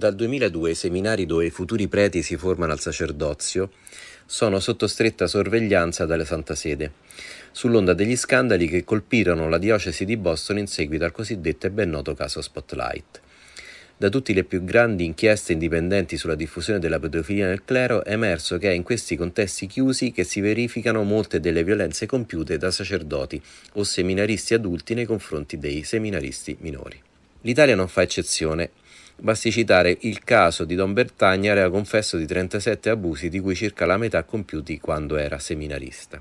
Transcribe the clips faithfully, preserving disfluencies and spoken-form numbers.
Dal duemiladue i seminari dove i futuri preti si formano al sacerdozio sono sotto stretta sorveglianza dalla Santa Sede, sull'onda degli scandali che colpirono la diocesi di Boston in seguito al cosiddetto e ben noto caso Spotlight. Da tutte le più grandi inchieste indipendenti sulla diffusione della pedofilia nel clero è emerso che è in questi contesti chiusi che si verificano molte delle violenze compiute da sacerdoti o seminaristi adulti nei confronti dei seminaristi minori. L'Italia non fa eccezione. Basti citare il caso di Don Bertagna, aveva confesso di trentasette abusi, di cui circa la metà compiuti quando era seminarista.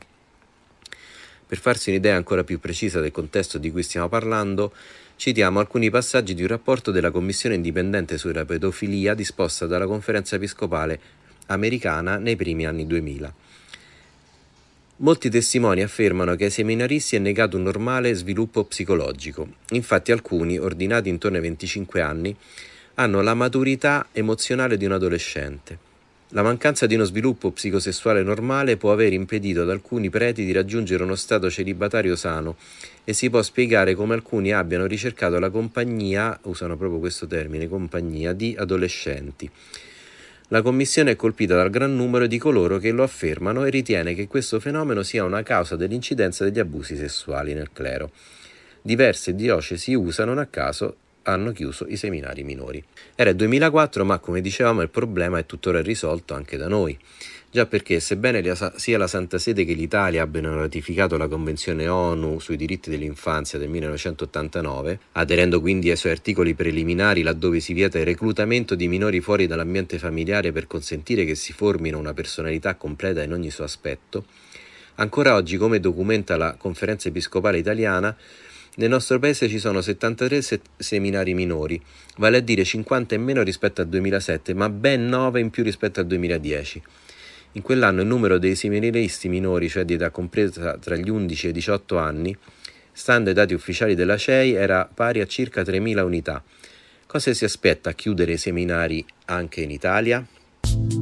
Per farsi un'idea ancora più precisa del contesto di cui stiamo parlando, citiamo alcuni passaggi di un rapporto della Commissione indipendente sulla pedofilia disposta dalla Conferenza Episcopale americana nei primi anni duemila. Molti testimoni affermano che ai seminaristi è negato un normale sviluppo psicologico. Infatti alcuni, ordinati intorno ai venticinque anni, hanno la maturità emozionale di un adolescente. La mancanza di uno sviluppo psicosessuale normale può aver impedito ad alcuni preti di raggiungere uno stato celibatario sano e si può spiegare come alcuni abbiano ricercato la compagnia, usano proprio questo termine, compagnia, di adolescenti. La Commissione è colpita dal gran numero di coloro che lo affermano e ritiene che questo fenomeno sia una causa dell'incidenza degli abusi sessuali nel clero. Diverse diocesi U S A non a caso hanno chiuso i seminari minori. Era il duemilaquattro, ma come dicevamo il problema è tuttora irrisolto anche da noi. Già perché, sebbene sia la Santa Sede che l'Italia abbiano ratificato la Convenzione ONU sui diritti dell'infanzia del millenovecentottantanove, aderendo quindi ai suoi articoli preliminari laddove si vieta il reclutamento di minori fuori dall'ambiente familiare per consentire che si formino una personalità completa in ogni suo aspetto, ancora oggi, come documenta la Conferenza Episcopale Italiana, nel nostro paese ci sono settantatré se- seminari minori, vale a dire cinquanta in meno rispetto al duemilasette, ma ben nove in più rispetto al duemiladieci. In quell'anno il numero dei seminaristi minori, cioè di età compresa tra gli undici e i diciotto anni, stando ai dati ufficiali della C E I, era pari a circa tremila unità. Cosa si aspetta a chiudere i seminari anche in Italia?